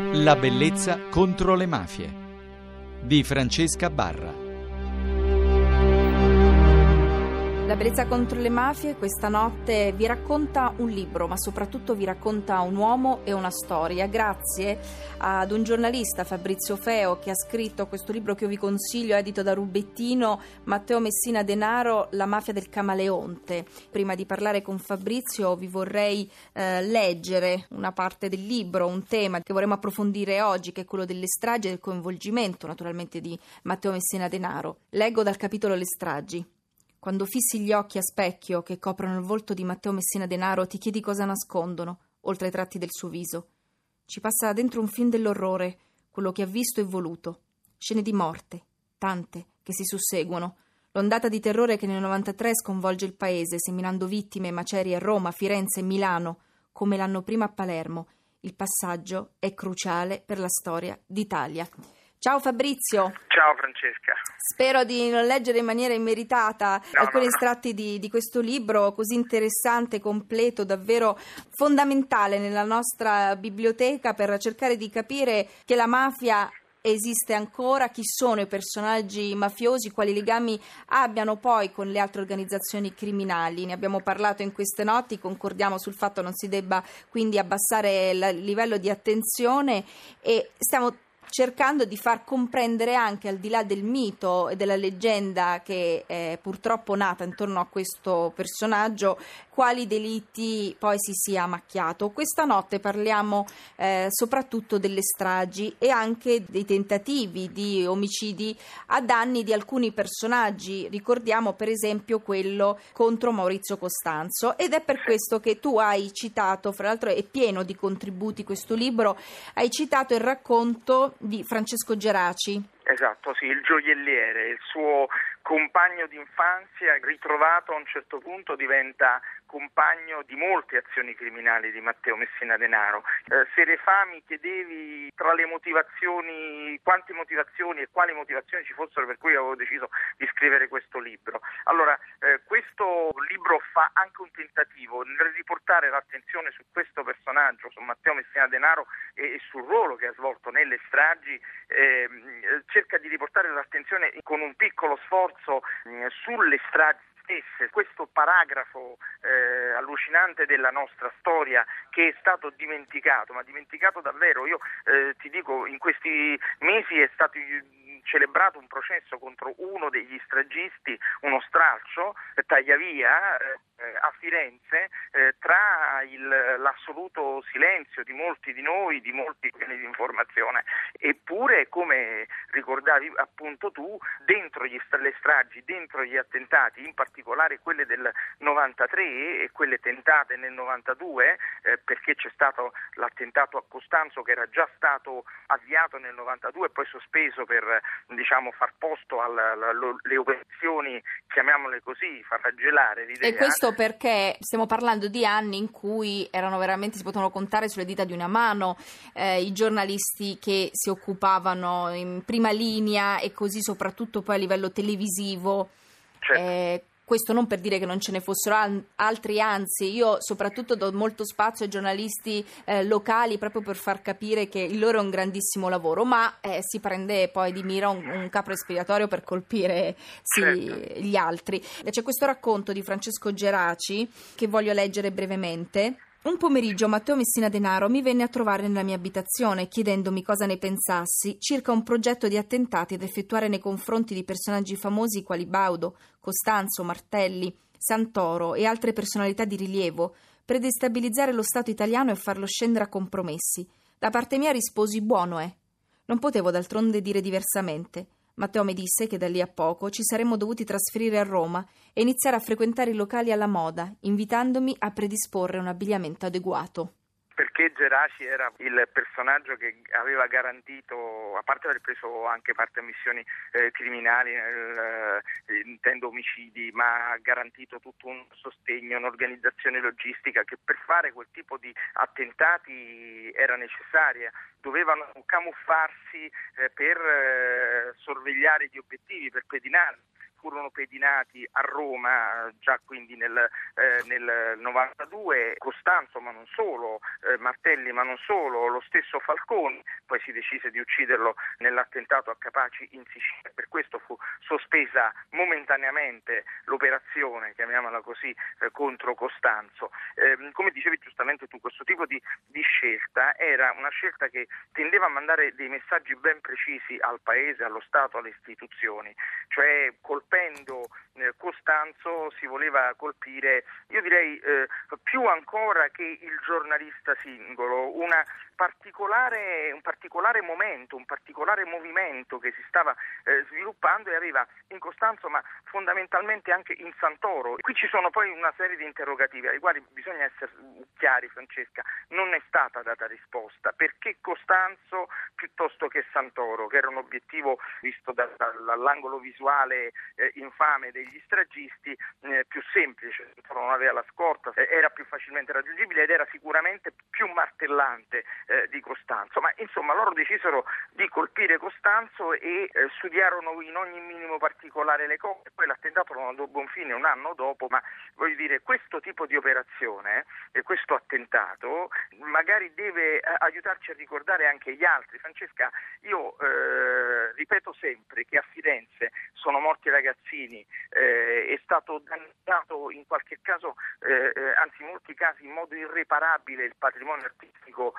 La bellezza contro le mafie di Francesca Barra. La bellezza contro le mafie questa notte vi racconta un libro, ma soprattutto vi racconta un uomo e una storia, grazie ad un giornalista, Fabrizio Feo, che ha scritto questo libro che io vi consiglio, edito da Rubettino, Matteo Messina Denaro, La mafia del Camaleonte. Prima di parlare con Fabrizio vi vorrei leggere una parte del libro, un tema che vorremmo approfondire oggi, che è quello delle stragi e del coinvolgimento naturalmente di Matteo Messina Denaro. Leggo dal capitolo Le stragi. Quando fissi gli occhi a specchio che coprono il volto di Matteo Messina Denaro, ti chiedi cosa nascondono, oltre ai tratti del suo viso. Ci passa dentro un film dell'orrore, quello che ha visto e voluto. Scene di morte, tante, che si susseguono. L'ondata di terrore che nel 93 sconvolge il paese, seminando vittime e macerie a Roma, Firenze e Milano, come l'anno prima a Palermo. Il passaggio è cruciale per la storia d'Italia. Ciao Fabrizio. Ciao Francesca. Spero di non leggere in maniera immeritata alcuni estratti di questo libro così interessante, completo, davvero fondamentale nella nostra biblioteca per cercare di capire che la mafia esiste ancora, chi sono i personaggi mafiosi, quali legami abbiano poi con le altre organizzazioni criminali. Ne abbiamo parlato in queste notti, concordiamo sul fatto che non si debba quindi abbassare il livello di attenzione e stiamo cercando di far comprendere anche, al di là del mito e della leggenda che è purtroppo nata intorno a questo personaggio, quali delitti poi si sia macchiato. Questa notte parliamo soprattutto delle stragi e anche dei tentativi di omicidi a danni di alcuni personaggi. Ricordiamo per esempio quello contro Maurizio Costanzo, ed è per questo che tu hai citato, fra l'altro è pieno di contributi questo libro, hai citato il racconto di Francesco Geraci. Esatto, sì, il gioielliere, il suo compagno d'infanzia ritrovato a un certo punto diventa compagno di molte azioni criminali di Matteo Messina Denaro. Serefà, mi chiedevi tra le motivazioni, quante motivazioni e quali motivazioni ci fossero per cui avevo deciso di scrivere questo libro. Allora, questo libro fa anche un tentativo nel riportare l'attenzione su questo personaggio, su Matteo Messina Denaro e sul ruolo che ha svolto nelle stragi, cerca di riportare l'attenzione con un piccolo sforzo sulle stragi stesse, questo paragrafo allucinante della nostra storia che è stato dimenticato, ma dimenticato davvero. Io ti dico, in questi mesi è stato celebrato un processo contro uno degli stragisti, uno stralcio, Tagliavia, a Firenze, tra l'assoluto silenzio di molti di noi, di molti piani di informazione. Eppure, come ricordavi appunto tu, dentro le stragi, dentro gli attentati, in particolare quelle del 93 e quelle tentate nel 92, perché c'è stato l'attentato a Costanzo che era già stato avviato nel 92 e poi sospeso per far posto alle operazioni, chiamiamole così, farragelare l'idea. E questo perché stiamo parlando di anni in cui si potevano contare sulle dita di una mano i giornalisti che si occupavano in prima linea e così soprattutto poi a livello televisivo. Certo. Questo non per dire che non ce ne fossero altri, anzi io soprattutto do molto spazio ai giornalisti locali proprio per far capire che il loro è un grandissimo lavoro, ma si prende poi di mira un capro espiatorio per colpire Certo. gli altri. C'è questo racconto di Francesco Geraci che voglio leggere brevemente. Un pomeriggio Matteo Messina Denaro mi venne a trovare nella mia abitazione chiedendomi cosa ne pensassi circa un progetto di attentati da effettuare nei confronti di personaggi famosi quali Baudo, Costanzo, Martelli, Santoro e altre personalità di rilievo per destabilizzare lo Stato italiano e farlo scendere a compromessi. Da parte mia risposi buono è. Non potevo d'altronde dire diversamente. Matteo mi disse che da lì a poco ci saremmo dovuti trasferire a Roma e iniziare a frequentare i locali alla moda, invitandomi a predisporre un abbigliamento adeguato. Perché Geraci era il personaggio che aveva garantito, a parte aver preso anche parte a missioni criminali, intendo omicidi, ma ha garantito tutto un sostegno, un'organizzazione logistica che per fare quel tipo di attentati era necessaria. Dovevano camuffarsi per sorvegliare gli obiettivi, per pedinarli. furono pedinati a Roma, già quindi nel 92, Costanzo ma non solo, Martelli ma non solo, lo stesso Falcone. Poi si decise di ucciderlo nell'attentato a Capaci in Sicilia, per questo fu sospesa momentaneamente l'operazione, chiamiamola così, contro Costanzo. Come dicevi giustamente tu, questo tipo di scelta era una scelta che tendeva a mandare dei messaggi ben precisi al Paese, allo Stato, alle istituzioni, cioè colpendo Costanzo si voleva colpire, io direi più ancora che il giornalista singolo, un particolare momento, un particolare movimento che si stava sviluppando e aveva in Costanzo ma fondamentalmente anche in Santoro. Qui ci sono poi una serie di interrogativi ai quali bisogna essere chiari, Francesca. Non è stata data risposta. Perché Costanzo piuttosto che Santoro, che era un obiettivo visto dall'angolo visuale infame degli stragisti più semplice. Santoro non aveva la scorta, era più facilmente raggiungibile ed era sicuramente più martellante di Costanzo, ma insomma loro decisero di colpire Costanzo e studiarono in ogni minimo particolare le cose. Poi l'attentato non andò a buon fine un anno dopo, ma voglio dire, questo tipo di operazione e questo attentato magari deve aiutarci a ricordare anche gli altri. Francesca, io ripeto sempre che a Firenze sono morti ragazzini, è stato dannato in qualche caso, anzi in molti casi in modo irreparabile il patrimonio artistico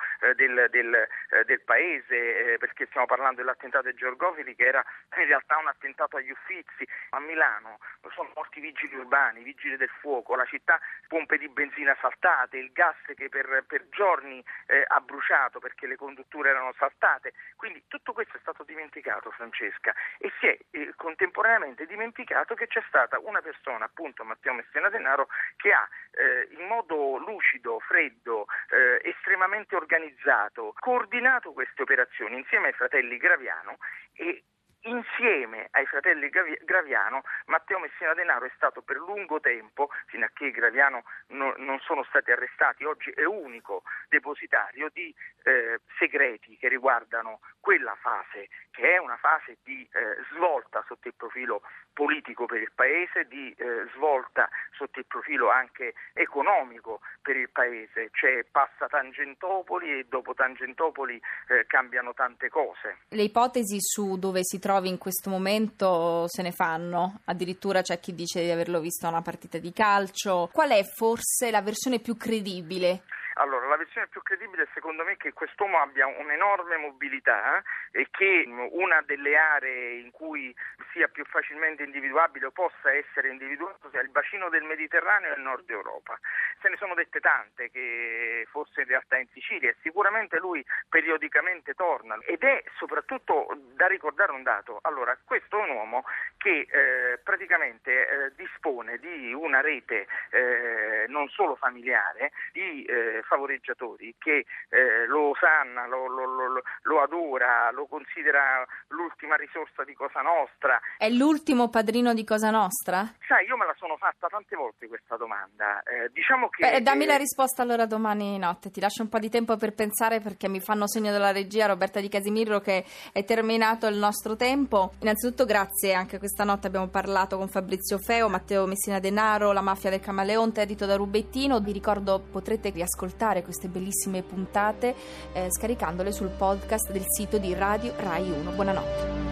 del paese, perché stiamo parlando dell'attentato ai Georgofili, che era in realtà un attentato agli Uffizi. A Milano sono morti vigili urbani, vigili del fuoco, la città, pompe di benzina saltate, il gas che per giorni ha bruciato perché le condutture erano saltate. Quindi tutto questo è stato dimenticato, Francesca, e si è contemporaneamente dimenticato che c'è stata una persona, appunto Matteo Messina Denaro, che ha in modo lucido, freddo, estremamente organizzato, coordinato queste operazioni insieme ai fratelli Graviano, e insieme ai fratelli Graviano Matteo Messina Denaro è stato per lungo tempo, fino a che Graviano non sono stati arrestati, oggi è unico depositario di segreti che riguardano quella fase, che è una fase di svolta sotto il profilo politico per il Paese, di svolta sotto il profilo anche economico per il Paese. Cioè passa Tangentopoli e dopo Tangentopoli cambiano tante cose. Le ipotesi su dove si trovi in questo momento se ne fanno, addirittura c'è chi dice di averlo visto a una partita di calcio. Qual è forse la versione più credibile? Allora, la versione più credibile secondo me è che quest'uomo abbia un'enorme mobilità e che una delle aree in cui sia più facilmente individuabile o possa essere individuato sia il bacino del Mediterraneo e il nord Europa. Se ne sono dette tante, che forse in realtà in Sicilia, e sicuramente lui periodicamente torna, ed è soprattutto da ricordare un dato. Allora, questo è un uomo che praticamente dispone di una rete non solo familiare, di favoreggiatori che lo osanna, lo adora, lo considera l'ultima risorsa di Cosa Nostra. È l'ultimo padrino di Cosa Nostra? Sai, io me la sono fatta tante volte questa domanda. Diciamo che dammi la risposta allora domani notte. Ti lascio un po' di tempo per pensare, perché mi fanno segno dalla regia, Roberta Di Casimiro, che è terminato il nostro tempo. Innanzitutto grazie, anche questa notte abbiamo parlato con Fabrizio Feo, Matteo Messina Denaro, La mafia del Camaleonte, edito da Rubettino. Vi ricordo, potrete riascoltare queste bellissime puntate scaricandole sul podcast del sito di Radio Rai 1. Buonanotte.